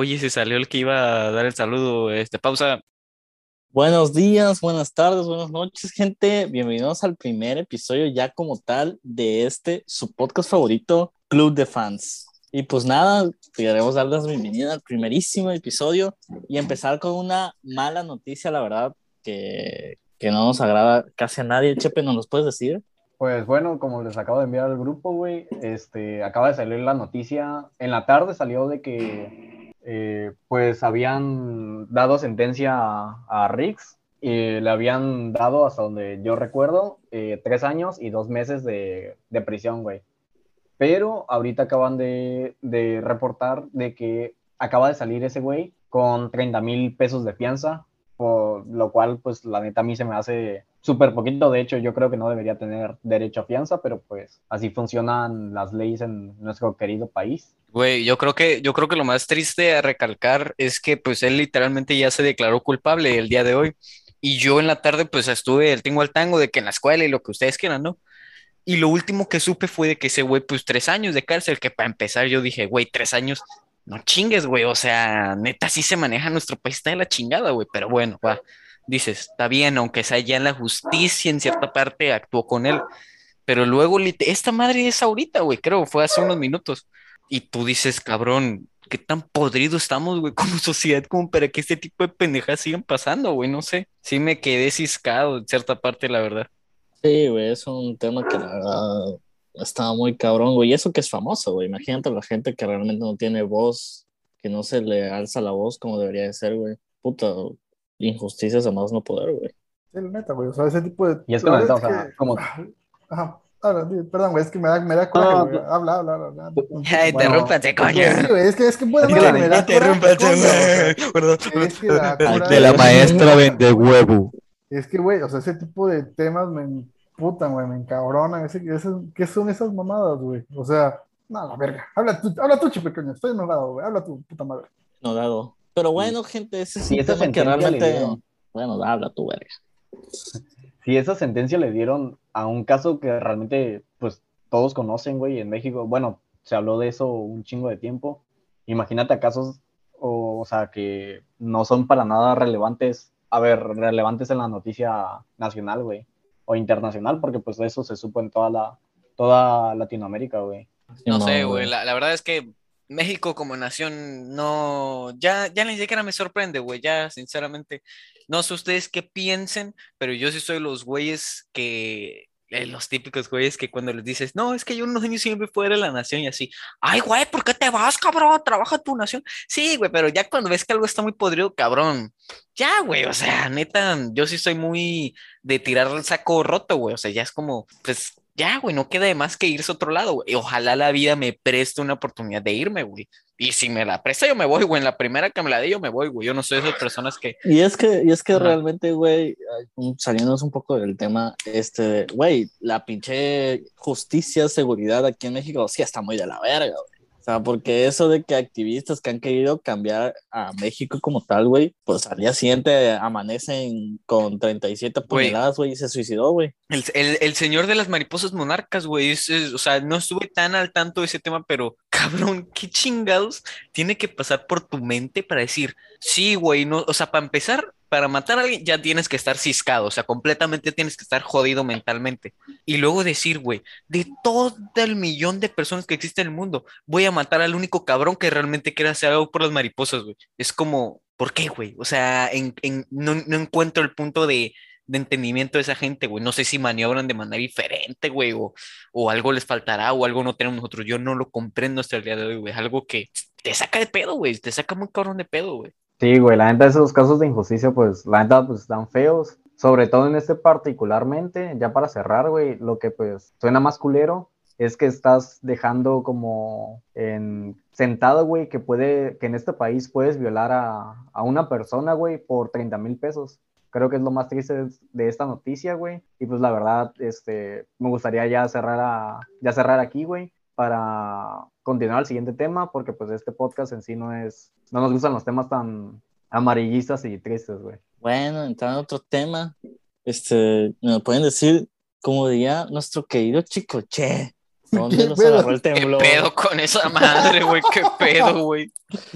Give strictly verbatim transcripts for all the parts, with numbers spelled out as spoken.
Oye, se salió el que iba a dar el saludo. Este, pausa. Buenos días, buenas tardes, buenas noches, gente. Bienvenidos al primer episodio ya como tal de este, su podcast favorito, Club de Fans. Y pues nada, queremos darles la bienvenida al primerísimo episodio y empezar con una mala noticia, la verdad, que, que no nos agrada casi a nadie. Chepe, ¿nos los puedes decir? Pues bueno, como les acabo de enviar al grupo, güey, este, acaba de salir la noticia. En la tarde salió de que, eh, pues, habían dado sentencia a, a Riggs y le habían dado, hasta donde yo recuerdo, eh, tres años y dos meses de, de prisión, güey. Pero ahorita acaban de, de reportar de que acaba de salir ese güey con treinta mil pesos de fianza, por lo cual, pues, la neta a mí se me hace súper poquito. De hecho, yo creo que no debería tener derecho a fianza, pero pues así funcionan las leyes en nuestro querido país. Güey, yo creo que, yo creo que lo más triste a recalcar es que pues él literalmente ya se declaró culpable el día de hoy. Y yo en la tarde pues estuve el tingo al tango de que en la escuela y lo que ustedes quieran, ¿no? Y lo último que supe fue de que ese güey pues tres años de cárcel, que para empezar yo dije, güey, tres años, no chingues, güey. O sea, neta, sí se maneja nuestro país, está de la chingada, güey. Pero bueno, va. Dices, está bien, aunque sea ya en la justicia, en cierta parte actuó con él. Pero luego, lit- esta madre es ahorita, güey, creo, fue hace unos minutos. Y tú dices, cabrón, qué tan podrido estamos, güey, como sociedad, como para que este tipo de pendejas sigan pasando, güey, no sé. Sí me quedé ciscado en cierta parte, la verdad. Sí, güey, es un tema que la verdad está muy cabrón, güey. Y eso que es famoso, güey. Imagínate la gente que realmente no tiene voz, que no se le alza la voz como debería de ser, güey. Puta, injusticias a más no poder, güey. Sí, la neta, güey. O sea, ese tipo de. Y es que La la verdad neta, o es sea, que. como... ah, Ajá. Habla, di- perdón, güey. Es que me da, me da coraje, No, güey. no, Habla, habla, habla. habla. No Ya, te- bueno, interrúmpate, es coño. Sí, que, güey. Es que, es que, buena es que la madre, me neta... da coraje, Interrúmpate, coño. O sea, güey. Perdón. es que da Al coraje. que la maestra vende huevo. Es que, güey, o sea, ese tipo de temas me emputan, güey. Me encabronan. Ese, ese- ¿qué son esas mamadas, güey? O sea, no, la verga. Habla tú, habla tú, chipe, coño. Estoy enojado, güey. Habla tú, puta madre. No, dado. Pero Si, bueno, gente, ese es si un esa tema que sentencia le realmente, dieron, bueno, habla tu verga. si esa sentencia le dieron a un caso que realmente, pues, todos conocen, güey, en México, bueno, se habló de eso un chingo de tiempo. Imagínate a casos, o, o sea, que no son para nada relevantes, a ver, relevantes en la noticia nacional, güey, o internacional, porque pues eso se supo en toda la, toda Latinoamérica, güey. No sé, Simón, güey, güey. la, la verdad es que México como nación no, ya, ya ni siquiera me sorprende, güey, ya sinceramente, no sé ustedes qué piensen, pero yo sí soy los güeyes que, eh, los típicos güeyes que cuando les dices, no, es que yo unos años siempre fuera de la nación y así, ay, güey, ¿por qué te vas, cabrón? Trabaja tu nación. Sí, güey, pero ya cuando ves que algo está muy podrido, cabrón, ya, güey, o sea, neta, yo sí soy muy de tirar el saco roto, güey, o sea, ya es como, pues ya, güey, no queda de más que irse a otro lado, güey. Y ojalá la vida me preste una oportunidad de irme, güey. Y si me la presta, yo me voy, güey. En la primera que me la dé, yo me voy, güey. Yo no soy de esas personas que. Y es que, y es que Ajá. realmente, güey, ay, un- saliéndonos un poco del tema, este, güey, la pinche justicia, seguridad aquí en México sí está muy de la verga, güey. O sea, porque eso de que activistas que han querido cambiar a México como tal, güey, pues al día siguiente amanecen con treinta y siete Güey, puñaladas, güey, y se suicidó, güey. el, el, el señor de las mariposas monarcas, güey. es- es- o sea, no estuve tan al tanto de ese tema, pero cabrón, ¿qué chingados tiene que pasar por tu mente para decir, sí, güey, no, o sea, para empezar, para matar a alguien ya tienes que estar ciscado, o sea, completamente tienes que estar jodido mentalmente. Y luego decir, güey, de todo el millón de personas que existe en el mundo, voy a matar al único cabrón que realmente quiera hacer algo por las mariposas, güey. Es como, ¿por qué, güey? O sea, en, en- no, no encuentro el punto de de entendimiento de esa gente, güey. No sé si maniobran de manera diferente, güey, o, o algo les faltará, o algo no tenemos nosotros. Yo no lo comprendo hasta el día de hoy, güey. Es algo que te saca de pedo, güey. Te saca muy cabrón de pedo, güey. Sí, güey, la neta, esos casos de injusticia, pues, la neta, pues, están feos. Sobre todo en este particularmente, ya para cerrar, güey, lo que, pues, suena más culero es que estás dejando como en sentado, güey, que puede, que en este país puedes violar a, a una persona, güey, por treinta mil pesos. Creo que es lo más triste de, de esta noticia, güey. Y pues la verdad, este, me gustaría ya cerrar a, ya cerrar aquí, güey, para continuar al siguiente tema, porque pues este podcast en sí no es, no nos gustan los temas tan amarillistas y tristes, güey. Bueno, entrando a otro tema, este, me pueden decir, como diría nuestro querido Chicoche, ¿dónde ¿Qué los pedo? agarró el ¿Qué temblor? pedo con esa madre, güey? ¿Qué pedo, güey?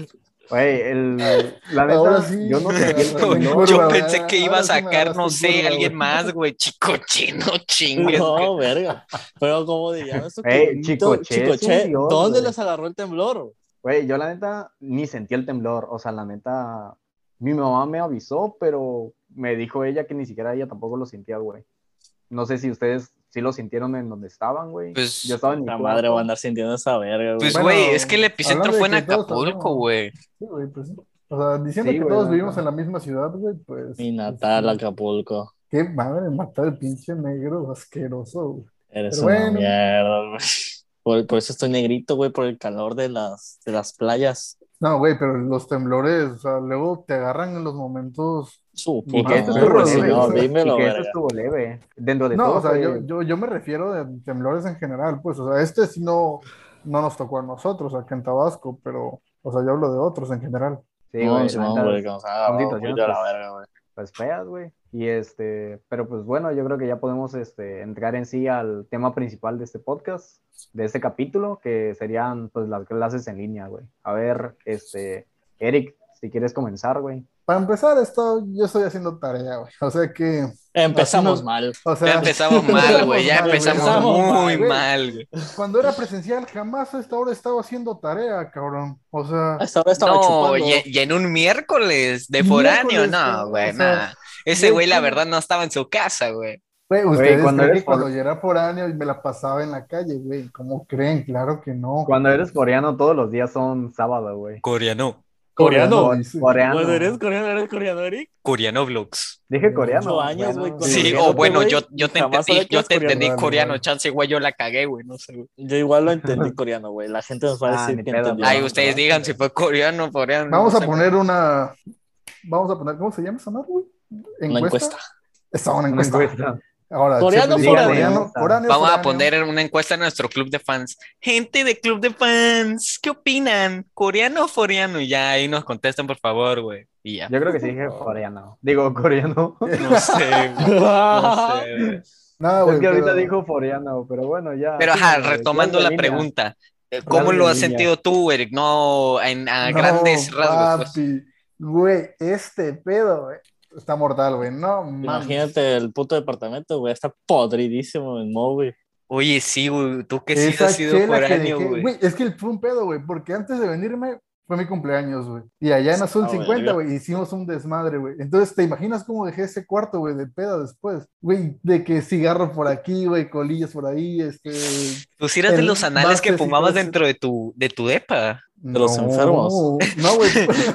Güey, el, la neta, Ahora sí, yo no me sentí el agarraste en temblor. Yo curva, pensé güey. que iba a Ahora sí me sacar, no agarraste en sé, curva, alguien güey. más, güey. Chico chino, chingues, güey. No, verga. Pero como diría nuestro Ey, queridito Chicoche es un Chicoche, dios, ¿dónde güey. les agarró el temblor? Güey, yo la neta ni sentí el temblor. O sea, la neta, mi mamá me avisó, pero me dijo ella que ni siquiera ella tampoco lo sentía, güey. No sé si ustedes sí lo sintieron en donde estaban, güey. Yo Pues, estaba en mi La madre va a cuarto. andar sintiendo esa verga, güey. pues, güey, es que el Bueno, epicentro hablando fue de en que todos Acapulco, estamos, güey. sí, güey, pues sí. O sea, diciendo Sí, que güey, todos la vivimos neta. en la misma ciudad, güey, pues, Mi pues, natal sí. Acapulco. Qué madre matar el pinche negro asqueroso, güey. Eres Pero una bueno, mierda, güey. Por, por eso estoy negrito, güey, por el calor de las, de las playas. no, güey, pero los temblores, o sea, luego te agarran en los momentos Su Y puta que más este madre, estuvo perros, si leve, güey. O no, güey. sea, Y dímelo, que este verga. estuvo leve. Dentro de no, o todo sea, yo, fue. yo, yo me refiero de temblores en general, pues, o sea, este sí no, no nos tocó a nosotros acá en Tabasco, pero, o sea, yo hablo de otros en general. Sí, No, güey, la Simón, neta güey, que nos ha son agarrado muy situaciones, de la pues, verga, güey. pues feas, güey. Y este, pero pues bueno, yo creo que ya podemos este, entrar en sí al tema principal de este podcast, de este capítulo, que serían pues las clases en línea, güey. A ver, este, Eric, si quieres comenzar, güey. Para empezar, esto, yo estoy haciendo tarea, güey. O sea que así Empezamos no, mal. o Ya sea, empezamos mal, güey. empezamos Ya mal, güey. O empezamos sea, Empezamos muy mal. güey, mal, güey. cuando era presencial, jamás a esta hora estaba haciendo tarea, cabrón. O sea, Hasta ahora estaba No, y, chupando. y en un miércoles de foráneo, miércoles, no, cabrón, o güey, sea, nada. Ese güey, güey, la ¿cómo? verdad, no estaba en su casa, güey. Güey, Güey, ustedes cuando creen eres que cuando for- yo era foráneo y me la pasaba en la calle, güey. ¿Cómo creen? Claro que no. cuando eres coreano, todos los días son sábado, güey. Coreano. Coreano, ¿Coreano? Co- dice. Cuando eres coreano. coreano, eres coreano, Eric. Coreano Vlogs. Dije Coreano. coreano. Ocho años, güey, Bueno, Sí, conociéndote, o bueno, güey, yo, y yo te jamás sabía entendí, que yo eras te coreano. entendí Vale, coreano, vale. chance, güey, yo la cagué, güey, no sé, güey. Yo igual lo entendí coreano, güey. La gente nos va a Ah, decir ni que pedo, entendió. Ay, perdón, ustedes perdón. digan si fue coreano, coreano, no Vamos a sé, poner una. Vamos a poner, ¿cómo se llama esa madre, güey? Una ¿Encuesta? encuesta. Está una Una encuesta. encuesta. Ahora, ¿Coreano Chepe o dice Díganle, foráneo? coreano, encuesta. foráneo, Vamos a foráneo. poner una encuesta en nuestro club de fans. Gente de club de fans, ¿qué opinan? ¿Coreano o coreano? Y ya ahí nos contestan, por favor, güey. Y ya. Yo creo que sí dije coreano. Digo, coreano. No sé, güey. No sé, güey. Nada, Es güey, que ahorita pero. dijo coreano, pero bueno, ya. Pero ajá, síganle, güey. retomando Clases en la línea. pregunta, eh, ¿cómo Clases lo en has línea. sentido tú, Eric? No, en, a grandes No, rasgos, pues. papi. Güey, este pedo, güey. Está mortal, güey. No mames. Imagínate el puto departamento, güey. Está podridísimo en Mo, güey. Oye, sí, güey, tú que sí has Esa sido chela que foráneo, dejé, güey. güey, es que fue un pedo, güey, porque antes de venirme fue mi cumpleaños, güey. Y allá en Azul Ah, cincuenta, verga. güey, hicimos un desmadre, güey. Entonces, ¿te imaginas cómo dejé ese cuarto, güey, de pedo después? Güey, de que cigarro por aquí, güey, colillas por ahí, este... Tú sí eras de el los anales que bases y fumabas todo ese- dentro de tu, de tu depa. De los No, enfermos. no, güey.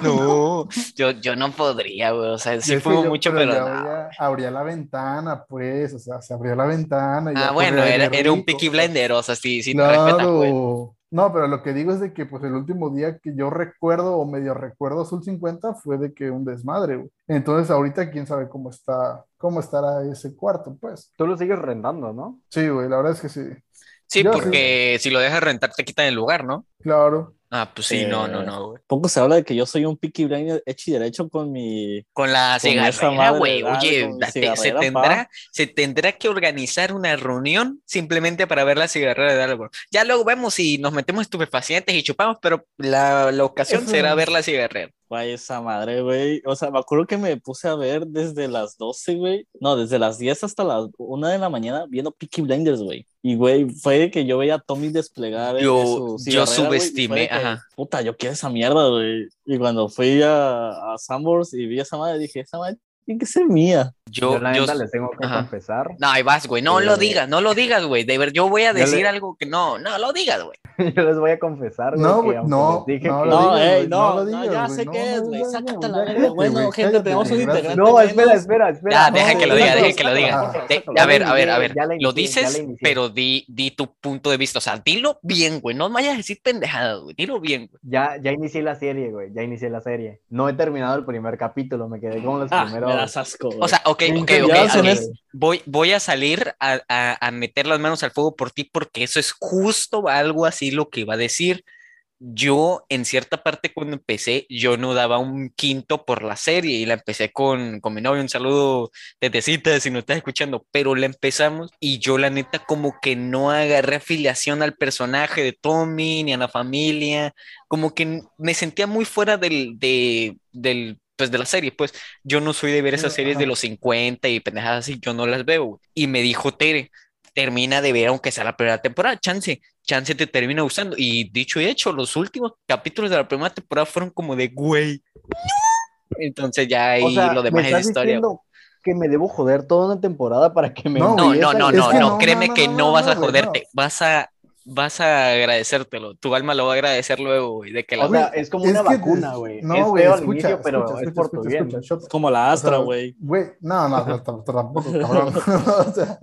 No, yo, yo no podría, güey. O sea, Y sí es que fumo yo, mucho, pero pero ya no. abría, abría la ventana, pues, o sea, se abrió la ventana y Ah, ya bueno, corría era, aire era un rico, Peaky o sea. Blender, o sea, sí, sí te respetas, pues. Claro. No, pero lo que digo es de que pues el último día que yo recuerdo o medio recuerdo Azul cincuenta fue de que un desmadre, güey. Entonces ahorita quién sabe cómo está, cómo estará ese cuarto, pues. Tú lo sigues rentando, ¿no? Sí, güey, la verdad es que sí. Sí, Yo sí, porque si lo dejas rentar te quitan el lugar, ¿no? claro. Ah, pues sí, no, no, Eh, no, güey. Poco se habla de que yo soy un Peaky Blinder hecho y derecho con mi. Con la Con esa cigarrera, madre, güey. dale, Oye, con mi date- se cigarrera, tendrá, se tendrá que organizar una reunión simplemente para ver la cigarrera de algo. Ya luego vemos si nos metemos estupefacientes y chupamos, pero la, la ocasión Eso- será ver la cigarrera. Güey, esa madre, güey. O sea, me acuerdo que me puse a ver desde las doce, güey. No, desde las diez hasta las una de la mañana viendo Peaky Blinders, güey. Y, güey, fue de que yo veía a Tommy desplegar en Yo- su yo cigarrera, güey, y fue subestimé, de que, ajá. puta, yo quiero esa mierda, güey. Y cuando fui a, a Sanborns y vi esa madre, dije, esa madre tiene que ser mía. Yo, Yo, la yo, neta les tengo que ajá. confesar. No, ahí vas, güey. No Eh, lo digas, no lo digas, güey. De ver, yo voy a yo decir le- algo que no, no lo digas, güey. Yo les voy a confesar, güey, No, que güey, aunque no, les dije no que... lo No, digas, ey, güey, no no, lo no, digas, ya güey, sé no, qué es, no, güey. ya, Sácate ya, la ya, verga. cállate, Bueno, güey, gente, cállate, tenemos un güey, gracias. integrante No, espera, menos. espera, espera. Ya, No, deja que lo diga, sácalo, deja que lo sácalo, diga. sácalo, De- sácalo. a Ya ver, la a ver, a inicié, ver. ya la Lo inicié, ya la dices, inicié. pero di, di tu punto de vista. O sea, dilo bien, güey. No vayas a decir pendejadas, güey. Dilo bien, güey. Ya, ya inicié la serie, güey. Ya inicié la serie. No he terminado el primer capítulo. Me quedé con los Ah, me primeros. das asco, güey. O sea, ok, ok, cinco ok, Ya, minutos, ok. en güey. Voy, voy a salir a, a- a meter las manos al fuego por ti porque eso es justo algo así lo que iba a decir. yo en cierta parte cuando empecé, yo no daba un quinto por la serie y la empecé con, con mi novio, un saludo tetecita si no estás escuchando, pero la empezamos y yo la neta como que no agarré afiliación al personaje de Tommy ni a la familia, como que me sentía muy fuera del, de, del, pues de la serie, pues yo no soy de ver esas series de Ajá. los cincuenta y pendejadas así, yo no las veo, güey. Y me dijo Tere, termina de ver aunque sea la primera temporada, chance chance te termina gustando. Y dicho y hecho, los últimos capítulos de la primera temporada fueron como de, güey. Entonces ya O ahí sea, lo me demás es estás historia, güey. diciendo que me debo joder toda una temporada para que me No, No, güey. no, empiece a no, Es no, que gustar. no. no, no, Créeme no, que no, no no, vas a no, güey, no. joderte. Vas a, vas a agradecértelo. Tu alma lo va a agradecer luego, güey, de que la O sea, Güey, veas. es como es una que, vacuna, es- güey. no, Es güey, feo al escucha, inicio, escucha, pero es escucha, por tu escucha, escucha, bien. shut- Es como la O sea, Astra, güey. güey, no, no, no, t- tampoco, cabrón. O sea,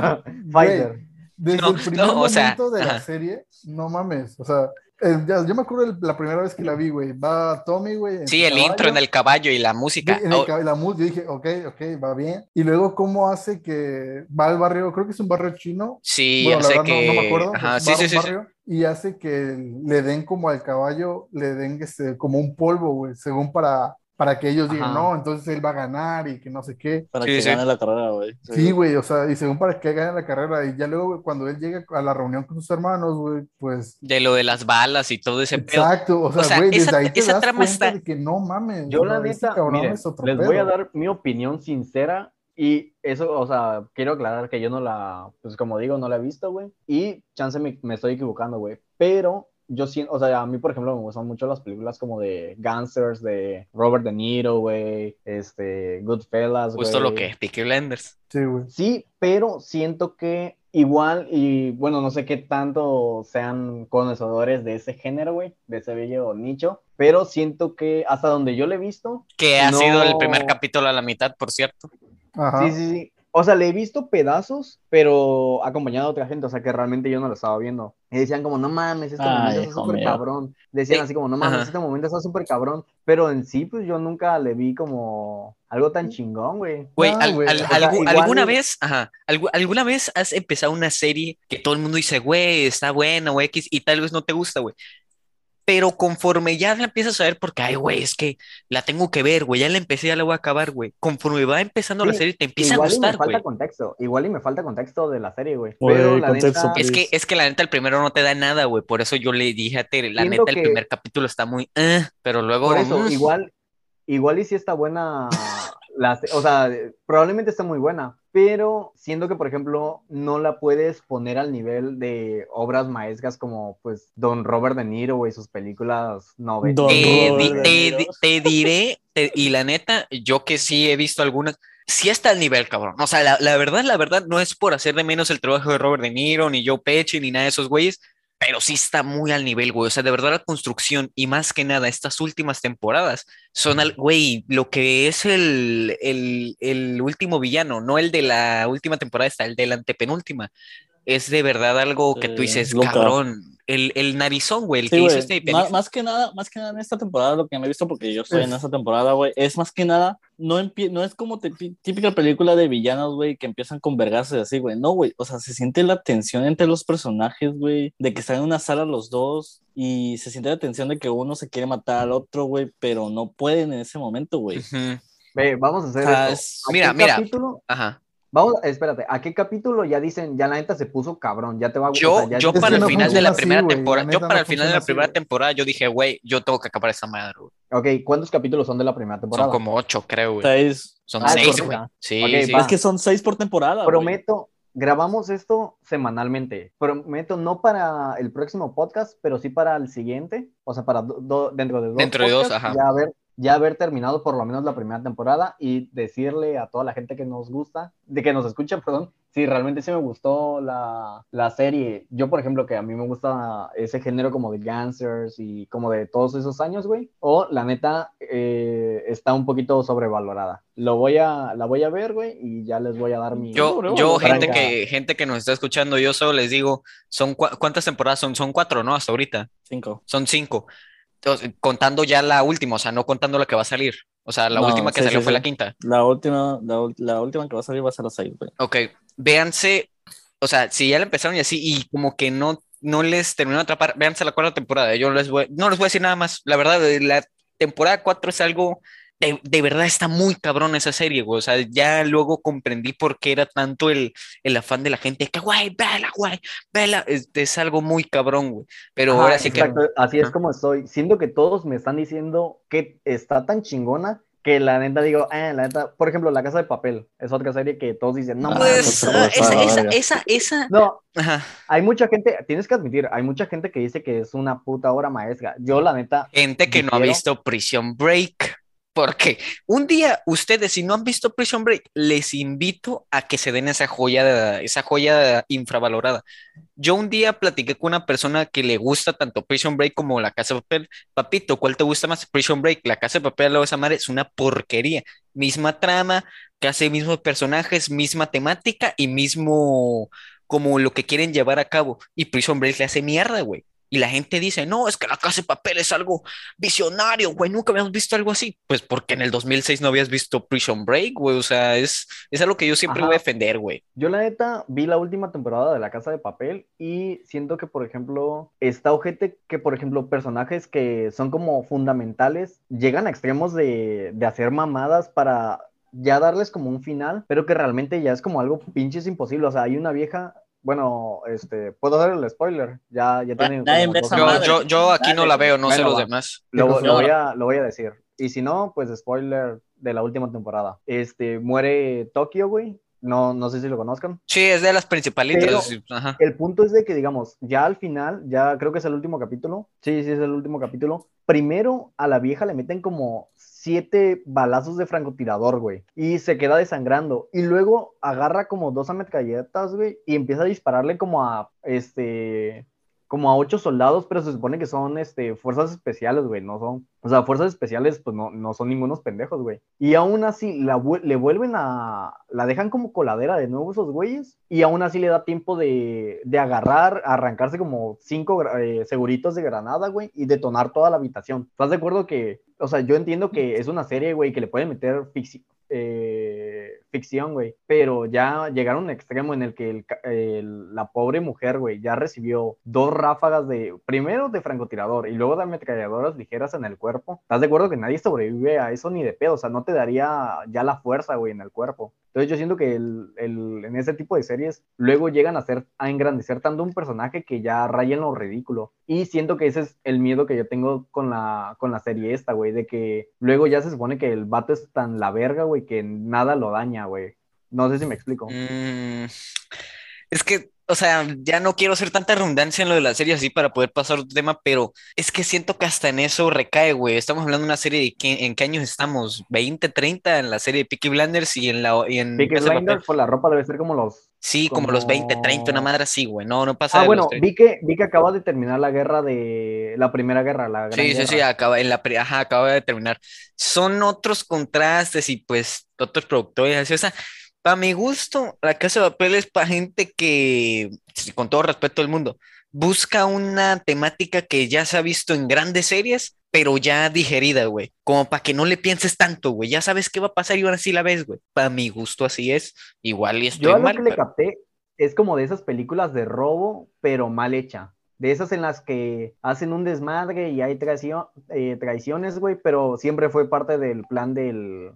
güey, Pfizer. desde No, el primer no, o sea, momento de la ajá. serie, no mames, o sea, eh, ya- yo me acuerdo el- la primera vez que la vi, güey, va Tommy, güey, en Sí, su el intro en caballo, el caballo y la güey, música. en el Oh, caballo, la música, yo dije, ok, ok, va bien, y luego cómo hace que va al barrio, creo que es un barrio chino, sí, bueno, la hace verdad no, no me que. acuerdo, pero es Ajá, un sí, bar- sí, un sí, sí. barrio, y hace que le den como al caballo, le den este, como un polvo, güey, según para, para que ellos digan, Ajá. no, entonces él va a ganar y que no sé qué. Para Sí, que sí. gane la carrera, güey. Sí, Sí, güey. güey, o sea, y según para que gane la carrera, y ya luego güey, cuando él llega a la reunión con sus hermanos, güey, pues, De lo de las balas y todo ese pedo. exacto, o O sea, sea, güey, esa, desde ahí te esa das trama cuenta está. de que no mames, Yo o la sea, ese neta, cabrón es miren, otro les voy a pedo. dar mi opinión sincera y eso, o sea, quiero aclarar que yo no la, pues como digo, no la he visto, güey. Y chance me, me estoy equivocando, güey. Pero yo siento, o sea, a mí, por ejemplo, me gustan mucho las películas como de Gangsters, de Robert De Niro, güey, este, Goodfellas, Justo lo que güey. es Peaky Blinders. Sí, güey. Sí, pero siento que igual, y bueno, no sé qué tanto sean conocedores de ese género, güey, de ese bello nicho, pero siento que hasta donde yo lo he visto, Que ha sido el primer no. capítulo a la mitad, por cierto. Sí, Ajá. sí, sí. O sea, le he visto pedazos, pero acompañado de otra gente, o sea, que realmente yo no lo estaba viendo. Y decían como, no mames, este momento Ay, está hijo súper mío. cabrón. Decían Eh, así como, no mames, ajá. este momento está súper cabrón. Pero en sí, pues yo nunca le vi como algo tan chingón, güey. Güey, No, al- güey, al- O sea, algu- igual ¿alguna y vez, ajá, algu- alguna vez has empezado una serie que todo el mundo dice, güey, está buena o X y tal vez no te gusta, güey? Pero conforme ya la empiezas a ver, porque, ay, güey, es que la tengo que ver, güey, ya la empecé, ya la voy a acabar, güey. Conforme va empezando la sí, serie, te empieza a igual y me gustar, falta güey. contexto, igual y me falta contexto de la serie, güey. Pero Güey, la contexto, neta, Es que, please. es que la neta, el primero no te da nada, güey. Por eso yo le dije a Tere, la siento neta, el que primer capítulo está muy, "eh", pero por luego, eso, mm, igual, igual y si está buena, la, se- o sea, probablemente está muy buena, pero siento que, por ejemplo, no la puedes poner al nivel de obras maestras como, pues, Don Robert De Niro, y sus películas nove- Don te, di- Robert De noventeras. te, Niro. di- te diré, te- y la neta, yo que sí he visto algunas, sí está al nivel, cabrón. O sea, la, la verdad, la verdad, no es por hacer de menos el trabajo de Robert De Niro, ni Joe Pesci, ni nada de esos güeyes, pero sí está muy al nivel, güey. O sea, de verdad, la construcción y más que nada, estas últimas temporadas son, al, güey, lo que es el, el, el último villano, no el de la última temporada, está el de la antepenúltima. Es de verdad algo que tú Eh, dices, Luca. cabrón, el, el narizón, güey, el Sí, que hizo güey. este Má- pendejo. Más, que nada, más que nada en esta temporada, lo que me he visto, porque yo estoy en Es- esa temporada, güey, es más que nada, no, empie- no es como te- tí- típica película de villanos, güey, que empiezan con vergazos y así, güey. No, güey. O sea, se siente la tensión entre los personajes, güey, de que están en una sala los dos y se siente la tensión de que uno se quiere matar al otro, güey, pero no pueden en ese momento, güey. Ujú. Ve, vamos a O hacer sea, esto. es... ¿A Mira, qué mira, capítulo? ajá. Vamos, espérate, ¿a qué capítulo ya dicen, ya la neta se puso cabrón, ya te va, o sea, Yo, ya yo es dices, para que el no final de funciona la así, primera güey, la temporada, yo neta para no el final de funciona la así, primera güey. temporada, yo dije, güey, yo tengo que acabar esa madre, güey. ok, ¿cuántos capítulos son de la primera Son temporada? como ocho, creo, güey. seis. Son Ah, es seis, güey. cortita. Sí, Ok, sí. Es va. que son seis por temporada, güey. Prometo, grabamos esto semanalmente. Prometo no para el próximo podcast, pero sí para el siguiente. O sea, para do- do- dentro de dos Dentro de dos, podcasts, ajá. ya haber, ya haber terminado por lo menos la primera temporada y decirle a toda la gente que nos gusta, de que nos escucha, perdón, si realmente sí me gustó la, la serie. Yo, por ejemplo, que a mí me gusta ese género como de Gangsters y como de todos esos años, güey. O la neta eh, está un poquito sobrevalorada. Lo voy a, la voy a ver, güey, y ya les voy a dar mi Yo, Sobre yo, valorado. gente franca. que, gente que nos está escuchando, yo solo les digo, son cua- ¿cuántas temporadas son? Son cuatro, ¿no? Hasta ahorita. Cinco. Son cinco. Entonces, contando ya la última, o sea, no contando la que va a salir. O sea, la No, última que sí, salió sí, fue la sí. quinta. La última, la, ul- la última que va a salir va a ser la seis, güey. Ok, véanse, o sea, si ya la empezaron y así, y como que no no les terminó de atrapar, véanse la cuarta temporada. Yo les voy, no les voy a decir nada más. La verdad, la temporada cuatro es algo, de, de verdad está muy cabrón esa serie, güey. O sea, ya luego comprendí por qué era tanto el, el afán de la gente, que güey, vela, güey, vela. Es, es algo muy cabrón, güey. Pero Ajá, ahora sí que... exacto, así es Ajá. como estoy. Siento que todos me están diciendo que está tan chingona que la neta digo, eh, la neta, por ejemplo, La Casa de Papel es otra serie que todos dicen, no Ah, mames, Pues pues, está ah, bien está de esa, la chingona. esa, verga. esa, esa, No, ajá. hay mucha gente, tienes que admitir, hay mucha gente que dice que es una puta obra maestra. Yo, la neta, Gente que no ha difiero. visto Prison Break. Porque un día ustedes, si no han visto Prison Break, les invito a que se den esa joya, esa joya infravalorada. Yo un día platiqué con una persona que le gusta tanto Prison Break como La Casa de Papel. Papito, ¿cuál te gusta más? Prison Break. La Casa de Papel, la esa madre es una porquería. Misma trama, casi mismos personajes, misma temática y mismo como lo que quieren llevar a cabo. Y Prison Break le hace mierda, güey. Y la gente dice, no, es que La Casa de Papel es algo visionario, güey, nunca habíamos visto algo así. Pues porque en el dos mil seis no habías visto Prison Break, güey, o sea, es, es algo que yo siempre voy a Ajá, defender, güey. yo la neta vi la última temporada de La Casa de Papel y siento que, por ejemplo, está ojete que, por ejemplo, personajes que son como fundamentales llegan a extremos de, de hacer mamadas para ya darles como un final, pero que realmente ya es como algo pinches imposible. O sea, hay una vieja, bueno, este, puedo dar el spoiler, ya, ya tiene Nadie como ve dos esa Yo, semanas. madre, yo, yo aquí no dale, la güey. veo, no sé Bueno, los va. demás. ¿Qué Lo, lo pasó? voy a, lo voy a decir. Y si no, pues spoiler de la última temporada. Este, muere Tokio, güey. No, no sé si lo conozcan. Sí, es de las principalitas, Pero sí, ajá. el punto es de que, digamos, ya al final, ya creo que es el último capítulo. Sí, sí, es el último capítulo. Primero a la vieja le meten como siete balazos de francotirador, güey. Y se queda desangrando. Y luego agarra como dos ametralletas, güey. Y empieza a dispararle como a, este, como a ocho soldados, pero se supone que son, este, fuerzas especiales, güey. No son, o sea, fuerzas especiales, pues no, no son ningunos pendejos, güey. Y aún así, la, le vuelven a, la dejan como coladera de nuevo esos güeyes. Y aún así le da tiempo de, de agarrar, arrancarse como cinco eh, seguritos de granada, güey, y detonar toda la habitación. ¿Estás de acuerdo que, o sea, yo entiendo que es una serie, güey, que le pueden meter ficción, eh, ficción, güey, pero ya llegaron a un extremo en el que el, el, la pobre mujer, güey, ya recibió dos ráfagas de, primero de francotirador y luego de ametralladoras ligeras en el cuerpo. ¿Estás de acuerdo que nadie sobrevive a eso ni de pedo? O sea, no te daría ya la fuerza, güey, en el cuerpo. Entonces yo siento que el, el, en ese tipo de series luego llegan a, ser, a engrandecer tanto un personaje que ya raya en lo ridículo. Y siento que ese es el miedo que yo tengo con la, con la serie esta, güey, de que luego ya se supone que el vato es tan la verga, güey, que nada lo daña, güey. No sé si me explico. Mm, es que, o sea, ya no quiero hacer tanta redundancia en lo de la serie así para poder pasar a otro tema, pero es que siento que hasta en eso recae, güey. Estamos hablando de una serie de qué, ¿en qué años estamos? ¿veinte, treinta en la serie de Peaky Blinders y en la y en Peaky Casa de Papel? Blinders, por la ropa debe ser como los, Sí, como los veinte, treinta, una como... madre así, güey. No, no pasa Ah, de los bueno, treinta. vi que, vi que acaba de terminar la guerra de... La primera guerra, la Gran Sí, sí, sí, Guerra. acaba, en la, pri- ajá, acaba de terminar. Son otros contrastes y pues otros productores, así, o sea, para mi gusto, La Casa de Papel es para gente que, sí, con todo respeto del mundo, busca una temática que ya se ha visto en grandes series, pero ya digerida, güey, como para que no le pienses tanto, güey, ya sabes qué va a pasar y ahora sí la ves, güey. Para mi gusto así es, igual y Yo estoy a lo que mal, le pero... capté es como de esas películas de robo, pero mal hecha. De esas en las que hacen un desmadre y hay traición, eh, traiciones, güey, pero siempre fue parte del plan del,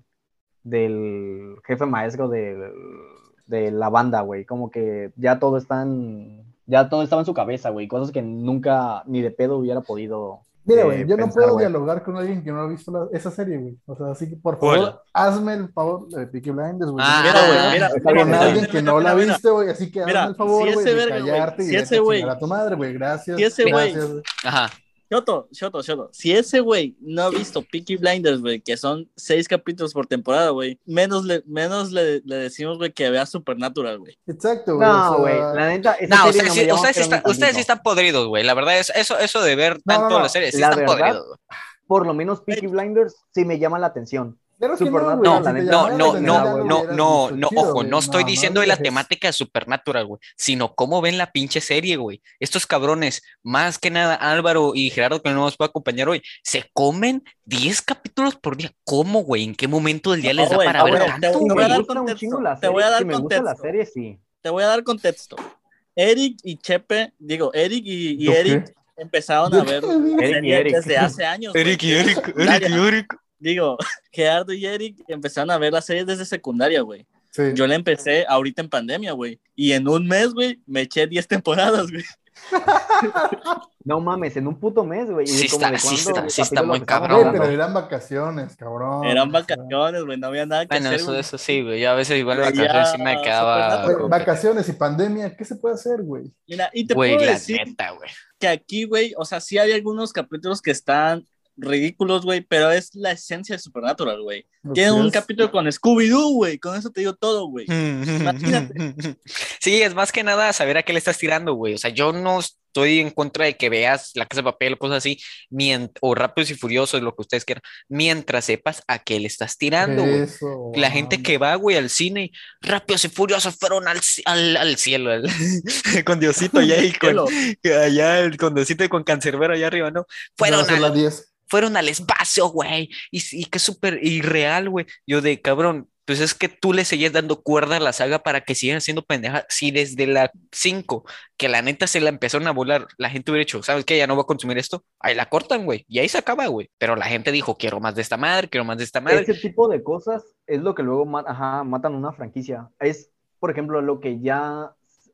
del jefe maestro del- de la banda, güey. Como que ya todo está en, ya todo estaba en su cabeza, güey. Cosas que nunca ni de pedo hubiera podido Mira, güey, eh, yo no pensar, puedo güey. dialogar con alguien que no ha visto la- esa serie, güey. O sea, así que por ¿Cuál? favor, hazme el favor de Peaky Blinders, güey. Yo no Mira, puedo güey, Ah, hablar mira, Está mira, bien, con está mira, alguien bien. que mira, no mira, la mira. viste, güey. Así que hazme Mira, el si favor, güey, ese de verga, güey, callarte y si vete ese a chingar güey, a tu madre, güey. Gracias, si ese güey, gracias. ajá. Shoto, Shoto, Shoto. Si ese güey no ha visto Peaky Blinders, güey, que son seis capítulos por temporada, güey, menos le, menos le, le decimos, güey, que vea Supernatural, güey. Exacto, güey. O No, güey, sea, la neta, esa No, serie ustedes no sí, me llama ustedes sí pero ni están, ustedes sí tantito. están podridos, güey. La verdad es, eso, eso de ver no, no, tanto las no. series, sí La están verdad, podridos, güey. por lo menos Güey, Peaky Blinders sí me llama la atención. Claro que no, güey. Supernatural, No, la Si te no, neta, llamara la no, me atención, da no, ya lo no, hueva. hubieras no, visto no, chido, ojo, güey. no estoy No, no diciendo de la dejes. temática de Supernatural, güey, sino cómo ven la pinche serie, güey. Estos cabrones, más que nada Álvaro y Gerardo, que no nos puede acompañar hoy, se comen diez capítulos por día. ¿Cómo, güey? ¿En qué momento del día no, les da güey, para Ah, ver bueno, te, te- tanto, si te voy me a güey? dar gusta un chingo contexto, la te voy a serie, si dar me gusta la contexto, serie, sí. te voy a dar contexto. Eric y Chepe, digo, Eric y, y ¿Yo Eric qué? empezaron ¿Yo a ver qué? la Eric y serie Eric. desde hace años. güey, Eric y desde Eric, secundaria. Eric y Eric. Digo, Gerardo y Eric empezaron a ver la serie desde secundaria, güey. Sí. Yo la empecé ahorita en pandemia, güey. Y en un mes, güey, me eché diez temporadas, güey. No mames, en un puto mes, güey. Sí ¿Y como está, de sí cuándo está, el sí está capítulo muy que estamos cabrón. Güey, hablando? pero eran vacaciones, cabrón. Eran o sea. vacaciones, güey, no había nada que Bueno, hacer, eso, güey. eso sí, güey. Yo a veces igual en Veía vacaciones sí me quedaba. Supernatural. Güey, vacaciones y pandemia, ¿qué se puede hacer, güey? Mira, y te Güey, puedo la decir neta, güey. que aquí, güey, o sea, sí hay algunos capítulos que están ridículos, güey, pero es la esencia de Supernatural, güey. Tiene Así un es. capítulo con Scooby-Doo, güey, con eso te digo todo, güey. Imagínate. Sí, es más que nada saber a qué le estás tirando, güey. O sea, yo no estoy en contra de que veas La Casa de Papel o cosas así, mient- o Rápidos y Furiosos, lo que ustedes quieran, mientras sepas a qué le estás tirando, güey. Eso. La ah, gente que va, güey, al cine, Rápidos y Furiosos fueron al, ci- al, al cielo, al- con Diosito allá y con, Cielo. allá, el- con Diosito y con Cancerbero allá arriba, ¿no? se va a Fueron hacer al la diez. fueron al espacio, güey, y, y que es súper irreal, güey. Yo de cabrón, pues es que tú le seguías dando cuerda a la saga para que sigan haciendo pendejas. Si desde la cinco que la neta se la empezaron a volar, la gente hubiera dicho, ¿sabes qué? Ya no voy a consumir esto. Ahí la cortan, güey, y ahí se acaba, güey. Pero la gente dijo, quiero más de esta madre, quiero más de esta madre. Ese tipo de cosas es lo que luego ma- ajá, matan una franquicia. Es, por ejemplo, lo que ya,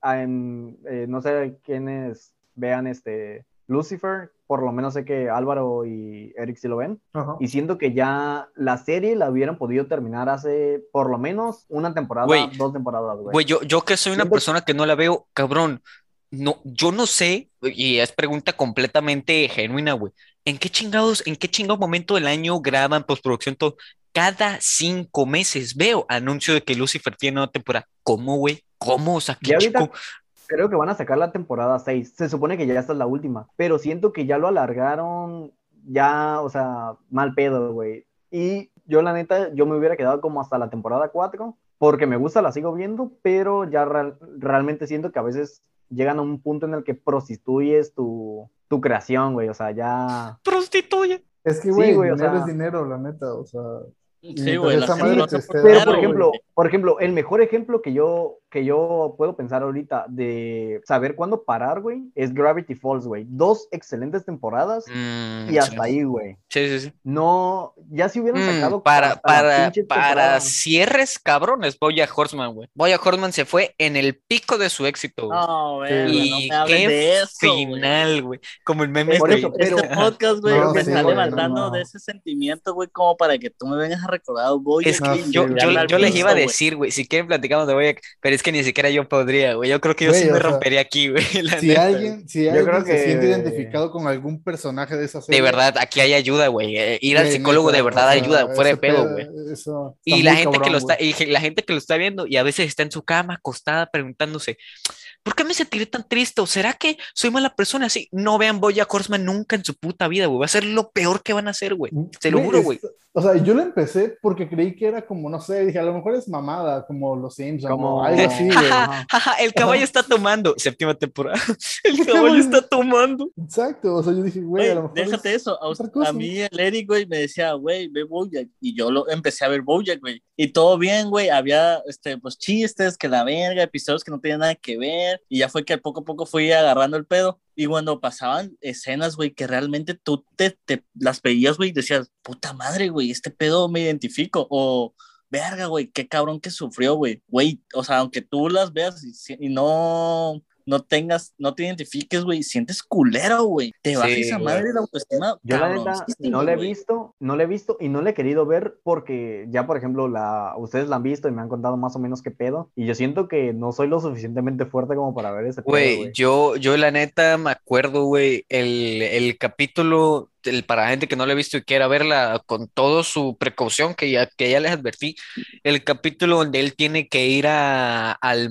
en, eh, no sé quiénes vean este Lucifer, por lo menos sé que Álvaro y Eric sí lo ven, Ajá. y siento que ya la serie la hubieran podido terminar hace por lo menos una temporada, Güey, dos temporadas, güey. Güey, yo, yo que soy una Siento- persona que no la veo, cabrón, no, yo no sé, y es pregunta completamente genuina, güey. ¿En qué chingados, en qué chingado momento del año graban postproducción todo? Cada cinco meses veo anuncio de que Lucifer tiene una temporada. ¿Cómo, güey? ¿Cómo? O sea, qué Ya ahorita chico. creo que van a sacar la temporada seis. Se supone que ya esta es la última, pero siento que ya lo alargaron, ya, o sea, mal pedo, güey. Y yo, la neta, yo me hubiera quedado como hasta la temporada cuatro, porque me gusta, la sigo viendo, pero ya real- realmente siento que a veces llegan a un punto en el que prostituyes tu, tu creación, güey. O sea, ya. Prostituye. Es que, Sí, güey, güey, o dinero sea- es dinero, la neta, o sea. Y Sí, mientras güey, la esa gente madre lo te hace esté por Pero, dando, por dinero, ejemplo, güey. por ejemplo, el mejor ejemplo que yo, que yo puedo pensar ahorita de saber cuándo parar, güey, es Gravity Falls, güey. Dos excelentes temporadas Mm, y sí. hasta ahí, güey. Sí, sí, sí. No, ya si hubieran Mm, sacado para, hasta la para, pinche para temporada. cierres cabrones, BoJack Horseman, güey. BoJack Horseman se fue en el pico de su éxito, güey. No, verga, y no me hablen qué de eso, final, güey. Como el meme Por este, eso, güey. pero- Este podcast, güey, No, me sí, está güey, levantando no, no. de ese sentimiento, güey, como para que tú me vengas a recordar, güey. Es que No, yo, sí, yo, güey, yo, no, yo les no, iba a güey. decir, güey, si quieren platicamos de Bojack, pero es que ni siquiera yo podría, güey. Yo creo que yo Güey, sí me o sea, rompería aquí, güey. la Si neta, alguien, si Yo alguien creo se siente que- identificado con algún personaje de esa güey. serie. De verdad, aquí hay ayuda, güey. Eh, Ir al güey, psicólogo neta, de verdad o sea, ayuda, fuera de ese pedo, pedo, güey. Eso está Y la muy gente que cabrón, lo está, güey. y ge- la gente que lo está viendo y a veces está en su cama acostada preguntándose, ¿por qué me sentiré tan triste? ¿O será que soy mala persona? Así, no vean BoJack Horseman nunca en su puta vida, güey. Va a ser lo peor que van a hacer, güey. Se lo Güey, juro, es- güey. O sea, yo lo empecé porque creí que era como, no sé, dije, a lo mejor es mamada, como los Simpsons Como- o algo así, güey. Jaja, jaja, el caballo Ajá. está tomando. Séptima temporada. El ¿Qué caballo caballo? está tomando. Exacto, o sea, yo dije, güey, a Güey, lo mejor déjate es eso. A, otra us- cosa. a mí el Eric, güey, me decía, güey, ve BoJack. Y yo lo empecé a ver BoJack, güey. Y todo bien, güey. Había, este, pues, chistes, que la verga, episodios que no tenían nada que ver. Y ya fue que poco a poco fui agarrando el pedo. Y cuando pasaban escenas, güey, que realmente tú te, te las veías, güey, y decías, puta madre, güey, este pedo me identifico. O, verga, güey, qué cabrón que sufrió, güey. Güey, o sea, aunque tú las veas y, si- y no, no tengas, no te identifiques, güey, sientes culero, güey. Te baja Sí, esa güey. madre de la autoestima. Yo la neta cabroncísimo, no la he güey. visto, no la he visto y no la he querido ver porque ya, por ejemplo, la, ustedes la han visto y me han contado más o menos qué pedo. Y yo siento que no soy lo suficientemente fuerte como para ver ese pedo, Güey, güey. yo, yo la neta me acuerdo, güey, el, el capítulo, el, para la gente que no lo ha visto y quiera verla con toda su precaución, que ya, que ya les advertí, el capítulo donde él tiene que ir a, al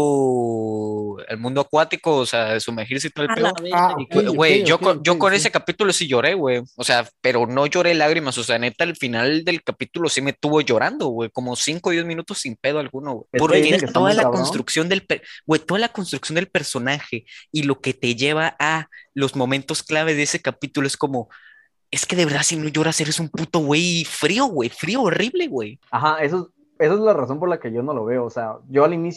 mundo, al mundo acuático, o sea, sumergirse y todo el A pedo. la verga, Ah, Y, ok, güey, ok, güey, yo, ok, con, yo ok, con sí. ese capítulo sí lloré, güey, o sea, pero no lloré lágrimas, o sea, neta, al final del capítulo sí me tuvo llorando, güey, como cinco o diez minutos sin pedo alguno, güey, Es que porque dicen que está toda muy la cabrón. construcción del, per- güey, toda la construcción del personaje y lo que te lleva a los momentos clave de ese capítulo es como, es que de verdad si no lloras eres un puto güey frío, güey, frío, horrible, güey. Ajá, eso, es- esa es la razón por la que yo no lo veo. O sea, yo al inicio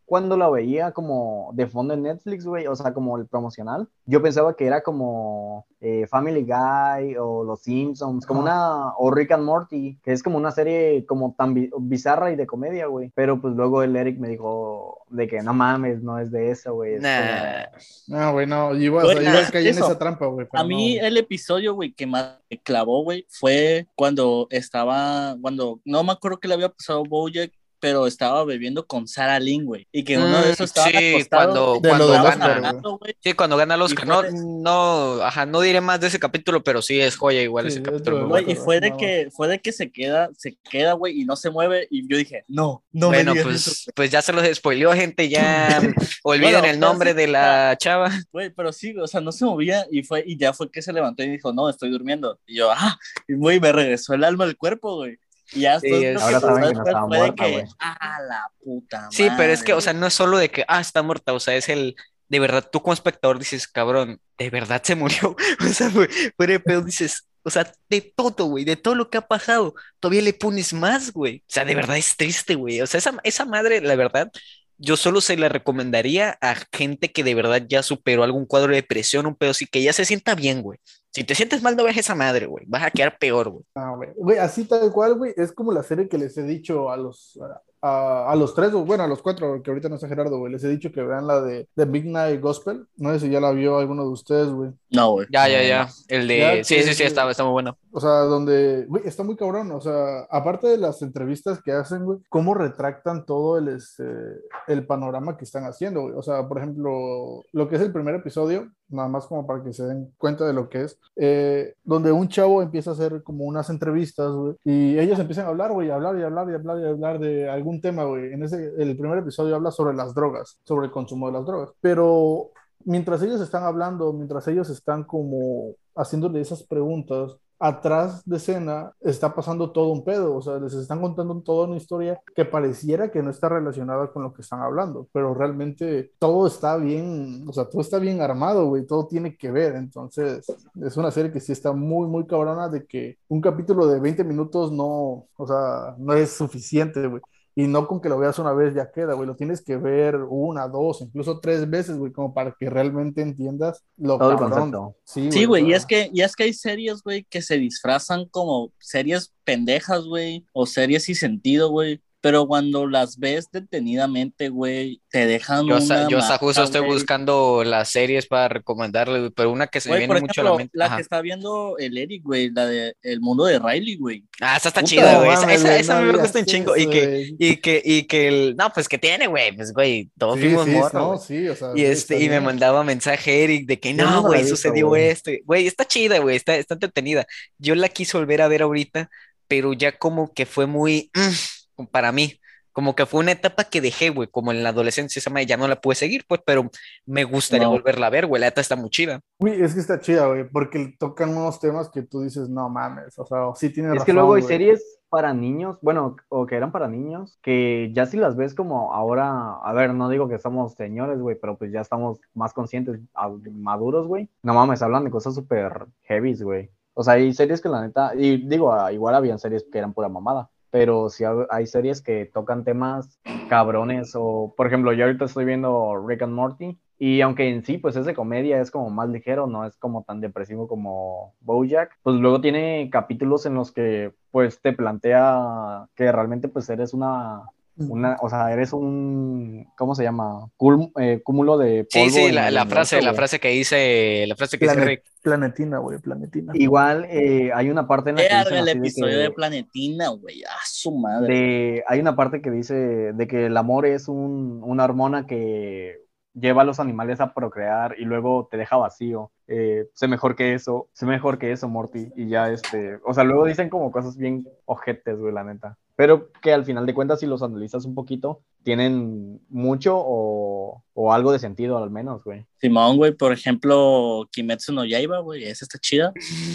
cuando lo veía como de fondo en Netflix, güey, o sea, como el promocional, yo pensaba que era como eh, Family Guy o Los Simpsons, como Ajá. una, o Rick and Morty, que es como una serie como tan bi- bizarra y de comedia, güey. Pero pues luego el Eric me dijo de que no mames, no es de eso, güey, es Nah. como... No, güey, no, iba, o Güey, sea, iba a deja caer en eso. esa trampa, güey, A pero no, mí güey. el episodio, güey, que más me clavó, güey, fue cuando estaba, cuando, no me acuerdo qué le había pasado a BoJack, pero estaba bebiendo con Sarah Lynn, güey, y que en uno de Mm, esos estaban sí, acostados cuando, y De se lo cuando del estaban Oscar, gana. güey. hablando, güey, Sí, cuando gana el y Oscar. fue No, de, no, ajá, no diré más de ese capítulo, pero sí es joya igual Sí, ese es capítulo, lo muy del bueno. güey, y Oscar, güey, fue de nada más. que, fue de que se queda, se queda, güey, y no se mueve, y yo dije, no, no me Bueno, digas eso. pues, pues ya se los spoileó, gente, ya mm, olviden Bueno, el pero nombre sí, de o sea, la chava. güey, pero sí, o sea, no se movía y fue, y ya fue que se levantó y dijo, no, estoy durmiendo. Y yo, ah, y güey, me regresó el alma al cuerpo, güey. Y ya Sí, después lo que Ahora es... pasó saben que no después estaba fue de muerta, que, güey. ah, la puta Sí, pero es que, o madre. sea, no es solo de que, ah, está muerta, o sea, es el, de verdad, tú como espectador dices, cabrón, de verdad se murió. O sea, fue, fuera de pedo dices, o sea, de todo, güey, de todo lo que ha pasado, todavía le pones más, güey. O sea, de verdad es triste, güey. O sea, esa, esa madre, la verdad, yo solo se la recomendaría a gente que de verdad ya superó algún cuadro de depresión, un pedo así, que ya se sienta bien, güey. Si te sientes mal, no veas esa madre, güey. Vas a quedar peor, güey. Ah, güey. Güey, así tal cual, güey, es como la serie que les he dicho a los, a, a los tres, o bueno, a los cuatro, que ahorita no está Gerardo, güey, les he dicho que vean la de, de Midnight Gospel. No sé si ya la vio alguno de ustedes, güey. No, güey. Ya, ya, Eh, no. ya. El de, Ya sí, que sí, es, sí, está, eh, está muy bueno. o sea, donde, güey, está muy cabrón, o sea, aparte de las entrevistas que hacen, güey, cómo retractan todo el, este, el panorama que están haciendo, güey. O sea, por ejemplo, lo que es el primer episodio, nada más como para que se den cuenta de lo que es, eh, donde un chavo empieza a hacer como unas entrevistas, güey, y ellos empiezan a hablar, güey, a hablar y hablar y hablar y hablar de algún tema, güey. En ese, el primer episodio habla sobre las drogas, sobre el consumo de las drogas, pero mientras ellos están hablando, mientras ellos están como haciéndole esas preguntas, atrás de escena está pasando todo un pedo, o sea, les están contando toda una historia que pareciera que no está relacionada con lo que están hablando, pero realmente todo está bien, o sea, todo está bien armado, güey, todo tiene que ver, entonces es una serie que sí está muy, muy cabrona de que un capítulo de veinte minutos no, o sea, no es suficiente, güey. Y no con que lo veas una vez ya queda, güey. Lo tienes que ver una, dos, incluso tres veces, güey, como para que realmente entiendas lo Todo el cabrón. concepto. Sí, Sí, güey, o güey, y sea. es que, y es que hay series, güey, que se disfrazan como series pendejas, güey, o series sin sentido, güey, pero cuando las ves detenidamente, güey, te dejan Yo, hasta- una yo hasta justo marca, estoy güey. buscando las series para recomendarle, güey, pero una que se me Güey, viene por mucho a la ejemplo, mente. la que Ajá. está viendo el Eric, güey, la de El mundo de Riley, güey. Ah, esa está chida, Puta, No güey. Esa, mames, esa, güey, esa a no mí me gusta un digas chingo. Y eso, que, güey. y que, y que el. No, pues que tiene, güey. Pues, güey, todos Sí, fuimos sí, morro, no, güey. sí, o sea, Y güey, este, está y me bien. mandaba mensaje Eric de que Yo no, no la güey, he visto, sucedió güey. esto. Güey, está chida, güey. Está, está entretenida. Yo la quise volver a ver ahorita, pero ya como que fue muy. mm, para mí. Como que fue una etapa que dejé, güey. Como en la adolescencia, esa madre ya no la pude seguir, pues, pero me gustaría No, volverla a ver, güey. La neta está muy chida. Güey, es que está chida, güey, porque tocan unos temas que tú dices, no mames, o sea, sí tienes Es que luego razón, hay güey. series para niños, bueno, o que eran para niños, que ya si las ves como ahora, a ver, no digo que somos señores, güey, pero pues ya estamos más conscientes, a- maduros, güey. No mames, hablan de cosas súper heavies, güey. O sea, hay series que la neta, y digo, ah, igual habían series que eran pura mamada, pero sí hay hay series que tocan temas cabrones, o por ejemplo, yo ahorita estoy viendo Rick and Morty, y aunque en sí, pues es de comedia, es como más ligero, no es como tan depresivo como BoJack, pues luego tiene capítulos en los que pues te plantea que realmente pues eres una, una o sea, eres un, ¿cómo se llama? Cúm- eh, cúmulo de Sí, polvo sí, en la, el la frase, universo, la güey. frase que dice, la frase que dice Planet, Rick. planetina, güey, planetina. Igual eh, hay una parte en la que verga dicen el así de episodio de que Planetina, güey, a su madre. de, hay una parte que dice de que el amor es un, una hormona que lleva a los animales a procrear y luego te deja vacío. Eh, sé mejor que eso, sé mejor que eso, Morty. Y ya este, o sea, luego dicen como cosas bien ojetes, güey, la neta. Pero que al final de cuentas, si los analizas un poquito, tienen mucho o, o algo de sentido al menos, güey. Simón, güey, por ejemplo, Kimetsu no Yaiba, güey, esa está chida.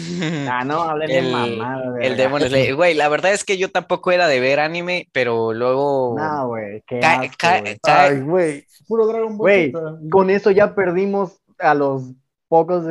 Ah, no, hablen de El, mamá, el verga. Demon Slayer. Güey, la verdad es que yo tampoco era de ver anime, pero luego No, güey, qué cae, asco, cae, güey. Ay, cae. güey, puro Dragon Ball Güey, Z. con eso ya perdimos a los pocos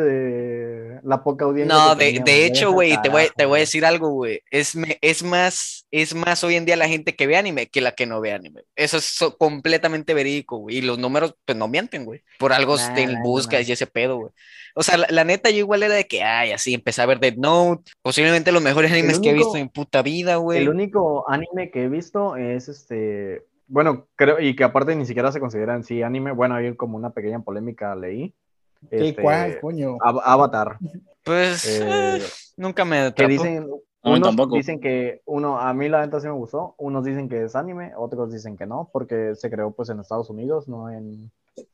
de la poca audiencia No, que de, teníamos. de Váyanse hecho, al güey, te voy, carajo, te voy a güey. decir algo, güey. Es, me- es más, es más hoy en día la gente que ve anime que la que no ve anime. Eso es so- completamente verídico, güey. Y los números, pues no mienten, güey. Por algo Nah, en nah, nah, busca nah. y ese pedo, güey. O sea, la, la neta, yo igual era de que, ay, así, empecé a ver Death Note. Posiblemente los mejores El animes que he visto único, en puta vida, el güey. único anime que he visto es este, bueno, creo, y que aparte ni siquiera se considera en sí anime. Bueno, hay como una pequeña polémica, leí. ¿Qué, cuál, Este, coño? Av- Avatar. Pues, eh, eh, nunca me que atrapó. dicen, A mí unos tampoco. dicen que, uno, a mí la neta sí me gustó, unos dicen que es anime, otros dicen que no, porque se creó pues en Estados Unidos, no en,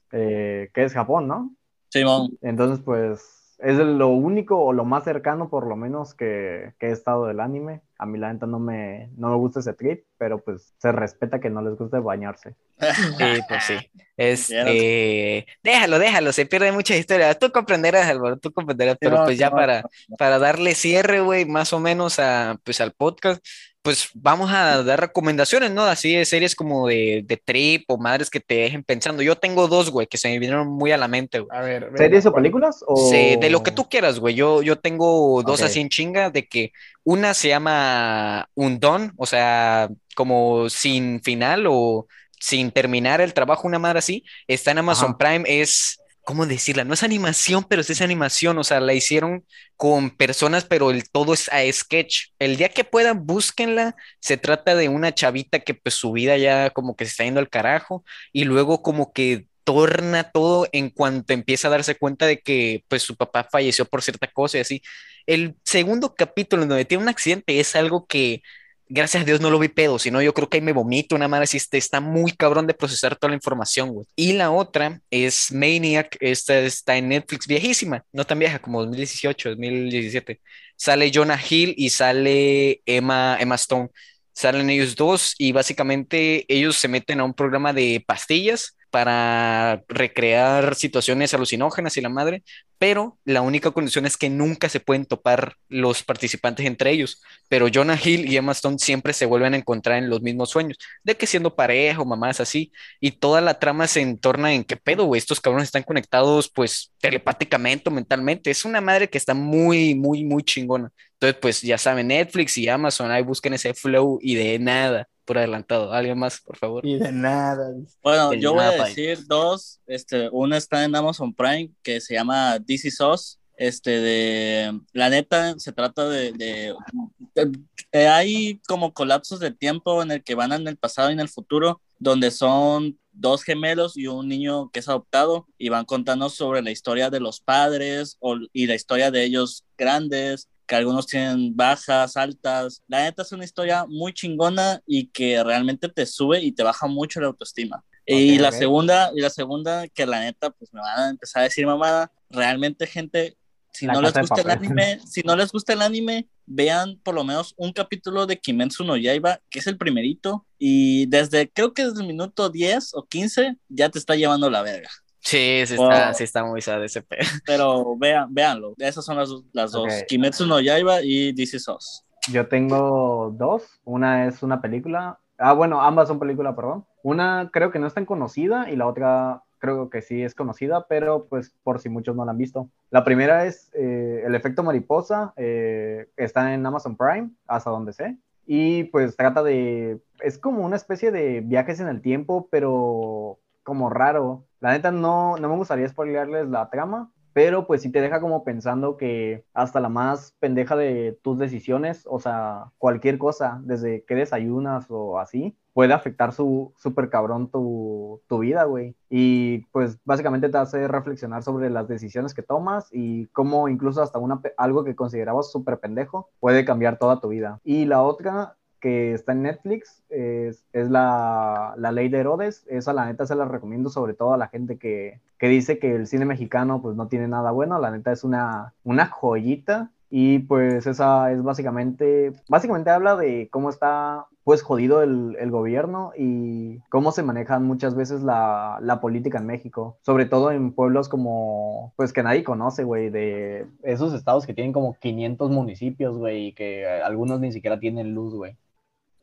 eh, que es Japón, ¿no? Simón, Entonces, pues, es lo único o lo más cercano, por lo menos, que, que he estado del anime. A mí, la neta, no me, no me gusta ese trip, pero pues se respeta que no les guste bañarse. Sí, pues sí. entiendo. Este, déjalo, déjalo, se pierden muchas historias. Tú comprenderás, Álvaro, tú comprenderás, pero Simón, pues ya Simón. para, para darle cierre, güey, más o menos a, pues al podcast, pues vamos a dar recomendaciones, ¿no? Así de series como de, de Trip o madres que te dejen pensando. Yo tengo dos, güey, que se me vinieron muy a la mente, güey. A ver, venga, ¿Series o ¿cuál? películas? Se- de lo que O... tú quieras, güey. Yo, yo tengo dos así Ok. en chinga, de que una se llama Undone, o sea, como sin final o sin terminar el trabajo, una madre así. Está en Amazon Ajá. Prime, es, ¿cómo decirla? No es animación, pero sí es animación, o sea, la hicieron con personas, pero el todo es a sketch. El día que puedan, búsquenla. Se trata de una chavita que pues su vida ya como que se está yendo al carajo y luego como que torna todo en cuanto empieza a darse cuenta de que pues su papá falleció por cierta cosa y así. El segundo capítulo en donde tiene un accidente es algo que gracias a Dios no lo vi pedo, sino yo creo que ahí me vomito una madre así, este, está muy cabrón de procesar toda la información, güey. Y la otra es Maniac, esta está en Netflix, viejísima, no tan vieja como dos mil dieciocho, dos mil diecisiete. Sale Jonah Hill y sale Emma, Emma Stone. Salen ellos dos y básicamente ellos se meten a un programa de pastillas para recrear situaciones alucinógenas y la madre, pero la única condición es que nunca se pueden topar los participantes entre ellos. Pero Jonah Hill y Emma Stone siempre se vuelven a encontrar en los mismos sueños, de que siendo pareja o mamás así, y toda la trama se entorna en qué pedo, güey, estos cabrones están conectados pues telepáticamente o mentalmente. Es una madre que está muy, muy, muy chingona. Entonces, pues ya saben, Netflix y Amazon, ahí busquen ese flow y de nada por adelantado. ¿Alguien más, por favor? Y de nada. Bueno, De yo voy a nada, pai. decir dos. Este, una está en Amazon Prime que se llama This Is Us. Este, de la neta, se trata de, de, de- de- hay como colapsos de tiempo en el que van en el pasado y en el futuro, donde son dos gemelos y un niño que es adoptado y van contando sobre la historia de los padres o, y la historia de ellos grandes, que algunos tienen bajas, altas. La neta es una historia muy chingona y que realmente te sube y te baja mucho la autoestima. Ok, Y la ok. segunda, y la segunda, que la neta, pues me van a empezar a decir mamada, realmente gente, si La no les Casa de gusta el Papel. anime, si no les gusta el anime, vean por lo menos un capítulo de Kimetsu no Yaiba, que es el primerito, y desde, creo que desde el minuto diez o quince ya te está llevando la verga. Sí, sí está, sí Por- está muy sad ese pedo. pero vean, véanlo, esas son las, las dos, Ok. Kimetsu no Yaiba y This Is Us. Yo tengo dos. Una es una película. Ah, bueno, ambas son películas, perdón. Una creo que no es tan conocida y la otra creo que sí es conocida, pero pues por si muchos no la han visto. La primera es eh, El efecto mariposa. Eh, está en Amazon Prime, hasta donde sé. Y pues trata de... Es como una especie de viajes en el tiempo, pero como raro. La neta no, no me gustaría spoilearles la trama, pero pues sí te deja como pensando que hasta la más pendeja de tus decisiones, o sea, cualquier cosa, desde qué desayunas o así, puede afectar su súper cabrón tu, tu vida, güey. Y pues básicamente te hace reflexionar sobre las decisiones que tomas y cómo incluso hasta una, algo que considerabas súper pendejo puede cambiar toda tu vida. Y la otra que está en Netflix, es, es la, la Ley de Herodes. Esa la neta se la recomiendo sobre todo a la gente que, que dice que el cine mexicano pues no tiene nada bueno. La neta es una, una joyita. Y pues esa es básicamente, básicamente habla de cómo está pues jodido el, el gobierno y cómo se manejan muchas veces la, la política en México, sobre todo en pueblos como, pues que nadie conoce, güey, de esos estados que tienen como quinientos municipios, güey, y que algunos ni siquiera tienen luz, güey.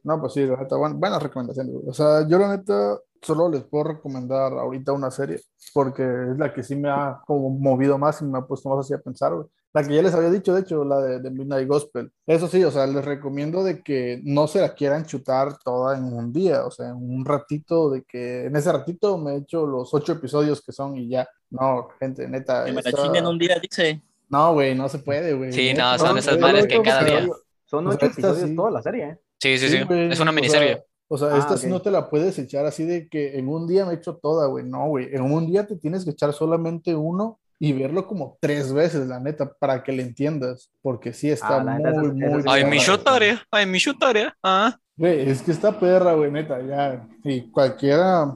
No, pues sí, la neta, buen- buenas recomendaciones, güey. O sea, yo la neta solo les puedo recomendar ahorita una serie, porque es la que sí me ha como movido más y me ha puesto más así a pensar, güey. La que ya les había dicho, de hecho, la de, de Midnight Gospel. Eso sí, o sea, les recomiendo de que no se la quieran chutar toda en un día, o sea, en un ratito, de que en ese ratito me he hecho los ocho episodios que son y ya. No, gente, neta, Que me la chingue en esa... un día, dice. No, güey, no se puede, güey, Sí, neta, no, no son se Son esas puede, solo madres güey. que ocho cada O sea, día. episodios. Son o ocho sea, esta episodios sí. toda la serie, ¿eh? Sí, sí, Sí, sí. Es una güey, o sea, miniserie. o sea, Ah, esta sí ok. no te la puedes echar así de que en un día me echo toda, güey, no, güey, en un día te tienes que echar solamente uno y verlo como tres veces, la neta, para que le entiendas, porque sí está Ah, la neta, muy, esa, esa muy serie Ay, no mi me la perra, güey. recuerdo. tarea. Ay, mi tarea. Ah. Güey, es que está perra, güey, neta, ya, y cualquiera,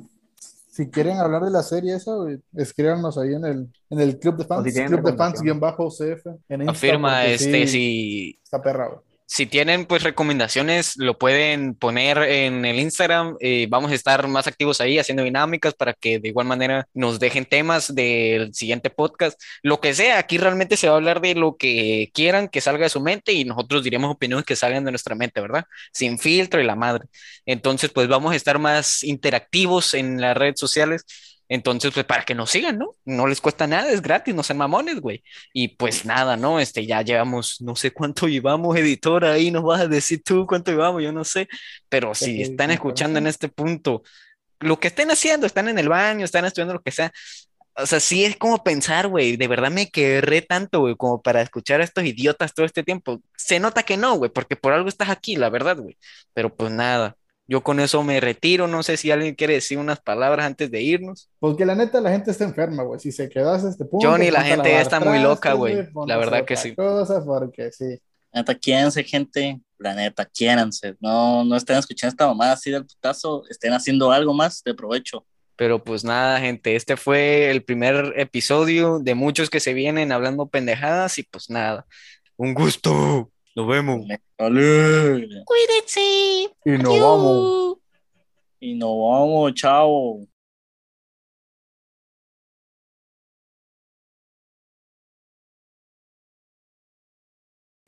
si quieren hablar de la serie esa, güey, escríbanos ahí en el, en el Club de O si Fans, tienen Club de Fans recomendaciones. guión bajo C F en Insta, Afirma, porque este, sí, si, está perra, güey. si tienen pues recomendaciones, lo pueden poner en el Instagram. Eh, vamos a estar más activos ahí haciendo dinámicas para que de igual manera nos dejen temas del siguiente podcast. Lo que sea, aquí realmente se va a hablar de lo que quieran que salga de su mente y nosotros diremos opiniones que salgan de nuestra mente, ¿verdad? Sin filtro y la madre. Entonces, pues vamos a estar más interactivos en las redes sociales. Entonces, pues para que nos sigan, ¿no? No les cuesta nada, es gratis, no sean mamones, güey. Y pues nada, ¿no? Este, ya llevamos, no sé cuánto llevamos, editora, ahí nos vas a decir tú cuánto llevamos, yo no sé, pero ¿Qué si te están dicen, escuchando cuarenta? en este punto, lo que estén haciendo, están en el baño, están estudiando lo que sea, o sea, sí es como pensar, güey, de verdad me querré tanto, güey, como para escuchar a estos idiotas todo este tiempo. Se nota que no, güey, porque por algo estás aquí, la verdad, güey. Pero pues nada, yo con eso me retiro, no sé si alguien quiere decir unas palabras antes de irnos. Porque la neta, la gente está enferma, güey. Si se quedas a este punto, Johnny, la ponte a gente ya lavar está muy loca, trastes, güey, güey, pon la a hacer verdad que otra sí. cosa, porque sí. La neta, quiéranse, gente. La neta, quiéranse. No, no estén escuchando esta mamada así del putazo. Estén haciendo algo más de provecho. Pero pues nada, gente, este fue el primer episodio de muchos que se vienen hablando pendejadas y pues nada, un gusto. Nos vemos. Dale. Dale. Cuídense. Y no vamos. Adiós. Y nos vamos, chao.